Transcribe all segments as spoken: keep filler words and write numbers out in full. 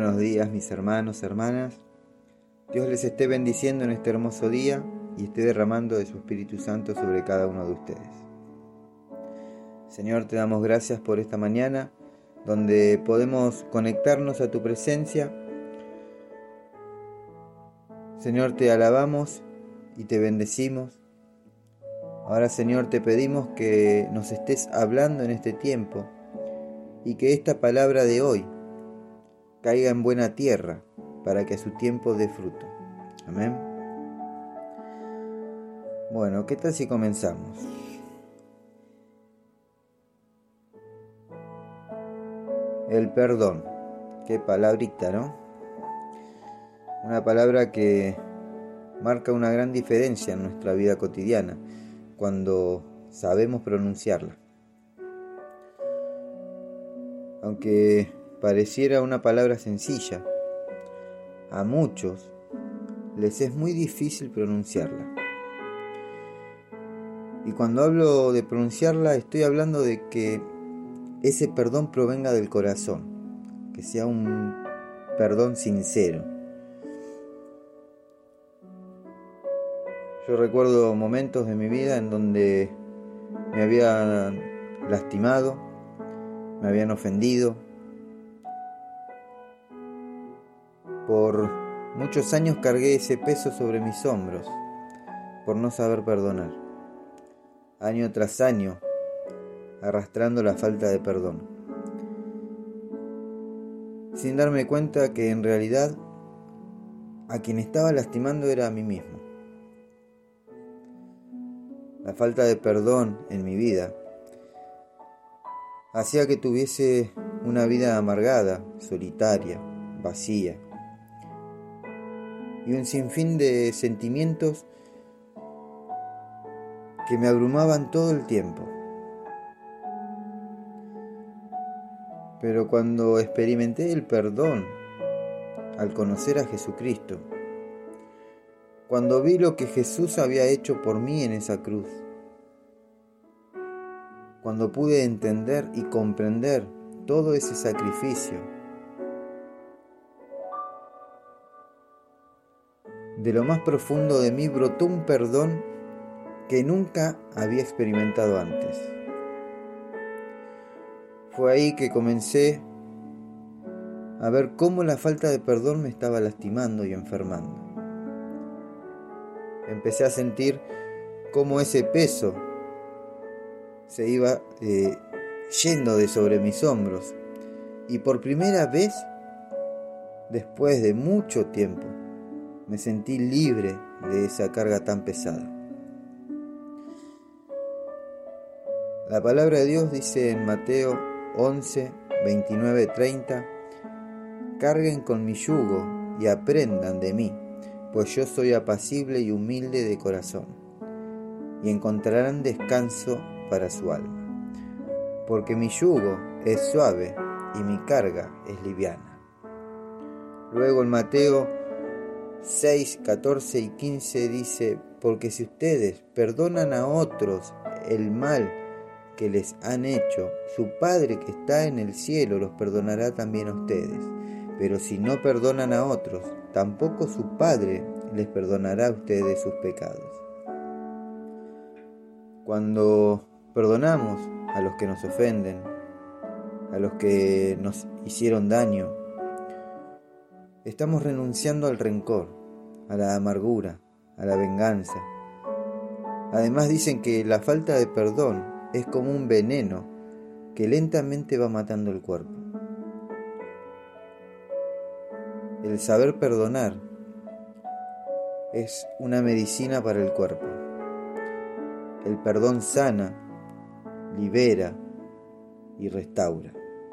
buenos días mis hermanos, hermanas. Dios les esté bendiciendo en este hermoso día y esté derramando de su Espíritu Santo sobre cada uno de ustedes. Señor, te damos gracias por esta mañana donde podemos conectarnos a tu presencia. Señor, te alabamos y te bendecimos. Ahora, Señor, te pedimos que nos estés hablando en este tiempo y que esta palabra de hoy caiga en buena tierra para que a su tiempo dé fruto. Amén. Bueno, ¿qué tal si comenzamos? El perdón. Qué palabrita, ¿no? Una palabra que marca una gran diferencia en nuestra vida cotidiana cuando sabemos pronunciarla. Aunque pareciera una palabra sencilla, a muchos les es muy difícil pronunciarla. Y cuando hablo de pronunciarla, estoy hablando de que ese perdón provenga del corazón, que sea un perdón sincero. Yo recuerdo momentos de mi vida en donde me habían lastimado, me habían ofendido. Por muchos años cargué ese peso sobre mis hombros, por no saber perdonar. Año tras año, arrastrando la falta de perdón. Sin darme cuenta que en realidad a quien estaba lastimando era a mí mismo. La falta de perdón en mi vida hacía que tuviese una vida amargada, solitaria, vacía. Y un sinfín de sentimientos que me abrumaban todo el tiempo. Pero cuando experimenté el perdón al conocer a Jesucristo, cuando vi lo que Jesús había hecho por mí en esa cruz, cuando pude entender y comprender todo ese sacrificio, de lo más profundo de mí brotó un perdón que nunca había experimentado antes. Fue ahí que comencé a ver cómo la falta de perdón me estaba lastimando y enfermando. Empecé a sentir cómo ese peso se iba eh, yendo de sobre mis hombros. Y por primera vez, después de mucho tiempo, me sentí libre de esa carga tan pesada. La palabra de Dios dice en Mateo once, veintinueve, treinta: carguen con mi yugo y aprendan de mí, pues yo soy apacible y humilde de corazón, y encontrarán descanso para su alma, porque mi yugo es suave y mi carga es liviana. Luego en Mateo seis, catorce y quince dice: porque si ustedes perdonan a otros el mal que les han hecho, su Padre que está en el cielo los perdonará también a ustedes. Pero si no perdonan a otros, tampoco su Padre les perdonará a ustedes sus pecados. Cuando perdonamos a los que nos ofenden, a los que nos hicieron daño, estamos renunciando al rencor, a la amargura, a la venganza. Además dicen que la falta de perdón es como un veneno que lentamente va matando el cuerpo. El saber perdonar es una medicina para el cuerpo. El perdón sana, libera y restaura.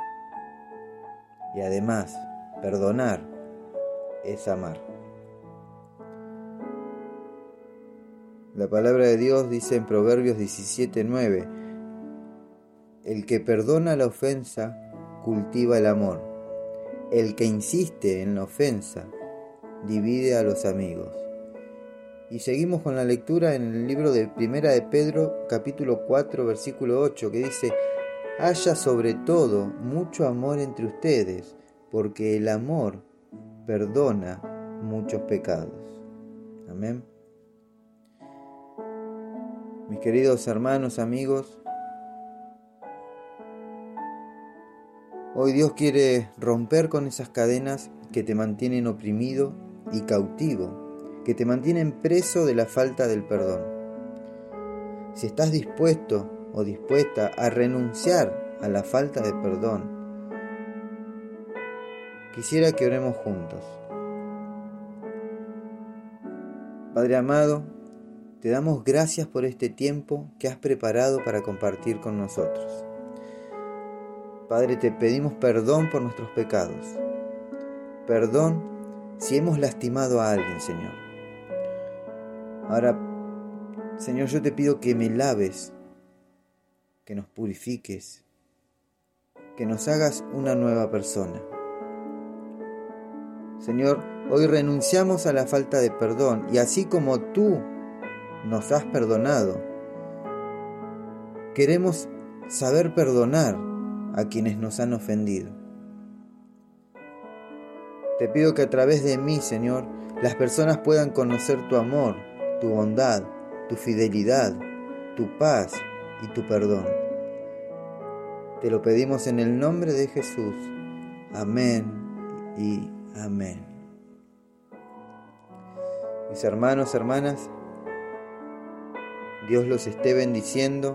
Y además, perdonar es amar. La palabra de Dios dice en Proverbios diecisiete, nueve: el que perdona la ofensa cultiva el amor. El que insiste en la ofensa divide a los amigos. Y seguimos con la lectura en el libro de Primera de Pedro, capítulo cuatro, versículo ocho, que dice: haya sobre todo mucho amor entre ustedes, porque el amor perdona muchos pecados. Amén. Mis queridos hermanos, amigos, hoy Dios quiere romper con esas cadenas que te mantienen oprimido y cautivo, que te mantienen preso de la falta del perdón. Si estás dispuesto o dispuesta a renunciar a la falta de perdón, quisiera que oremos juntos. Padre amado, te damos gracias por este tiempo que has preparado para compartir con nosotros. Padre, te pedimos perdón por nuestros pecados. Perdón si hemos lastimado a alguien, Señor. Ahora, Señor, yo te pido que me laves, que nos purifiques, que nos hagas una nueva persona. Señor, hoy renunciamos a la falta de perdón y así como tú nos has perdonado, queremos saber perdonar a quienes nos han ofendido. Te pido que a través de mí, Señor, las personas puedan conocer tu amor, tu bondad, tu fidelidad, tu paz y tu perdón. Te lo pedimos en el nombre de Jesús. Amén y amén. Mis hermanos, hermanas, Dios los esté bendiciendo.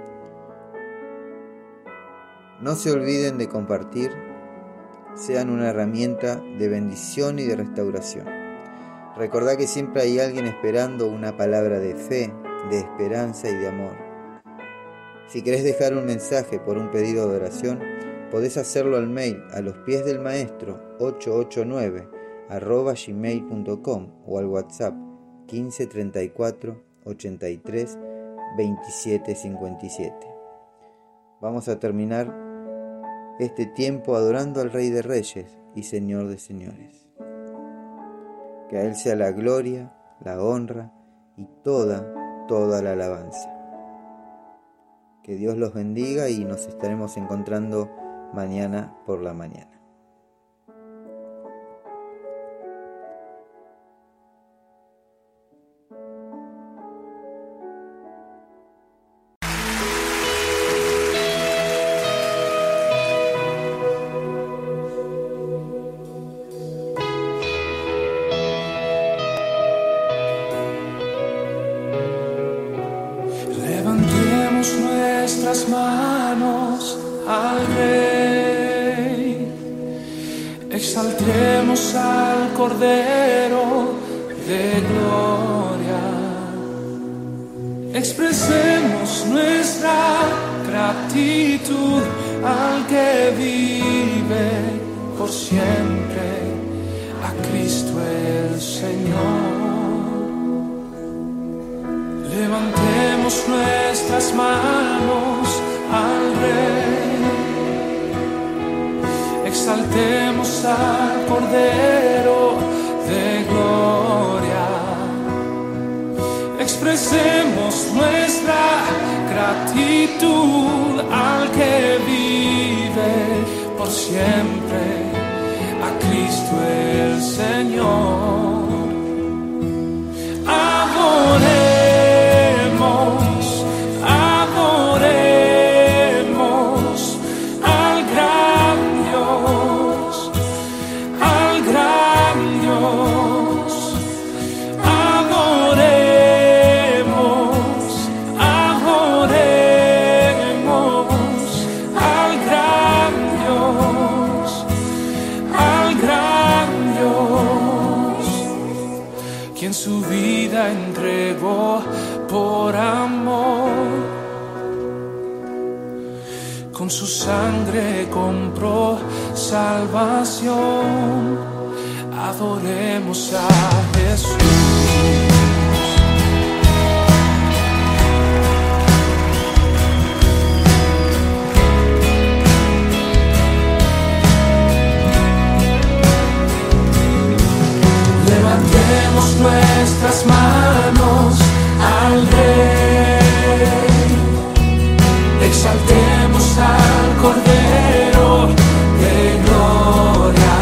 No se olviden de compartir, sean una herramienta de bendición y de restauración. Recordá que siempre hay alguien esperando una palabra de fe, de esperanza y de amor. Si querés dejar un mensaje por un pedido de oración, podés hacerlo al mail a los pies del maestro ochocientos ochenta y nueve arroba gmail punto com o al WhatsApp quince treinta y cuatro ochenta y tres veintisiete cincuenta y siete. Vamos a terminar este tiempo adorando al Rey de Reyes y Señor de Señores. Que a Él sea la gloria, la honra y toda, toda la alabanza. Que Dios los bendiga y nos estaremos encontrando mañana por la mañana. Levantemos nuestras manos al Rey, exaltemos al Cordero de gloria, expresemos nuestra gratitud al que vive por siempre, a Cristo el Señor. Levantemos nuestras manos al Rey, exaltemos al Cordero de gloria, expresemos nuestra gratitud al que vive por siempre, a Cristo el Señor. Adoremos. Quien su vida entregó por amor, con su sangre compró salvación. Adoremos a Jesús. Levantemos nuestras manos al Rey, exaltemos al Cordero de gloria,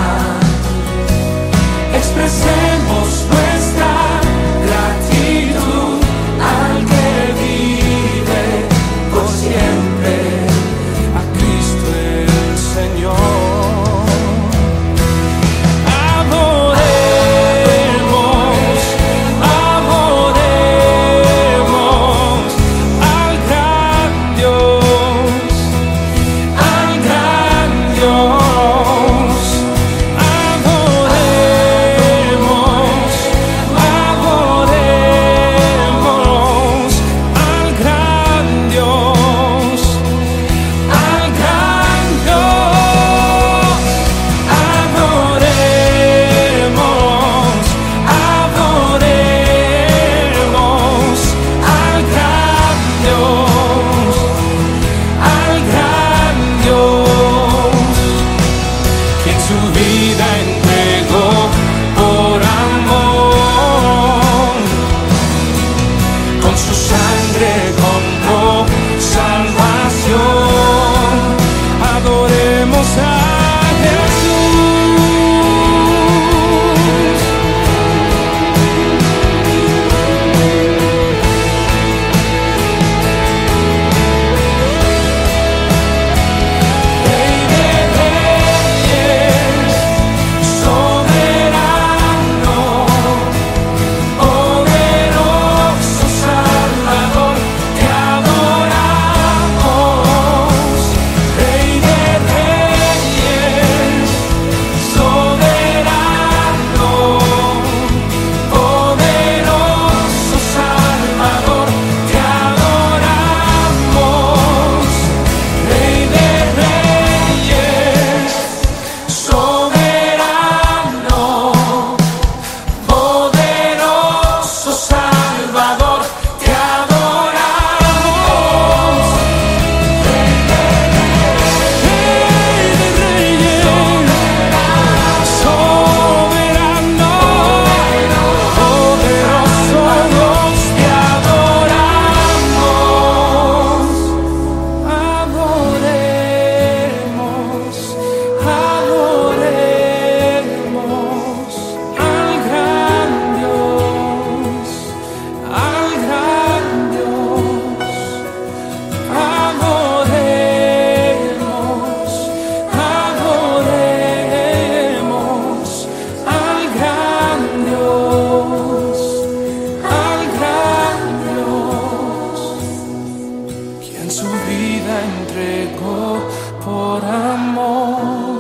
la entregó por amor.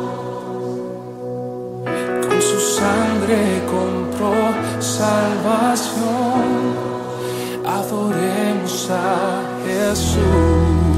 Con su sangre compró salvación. Adoremos a Jesús.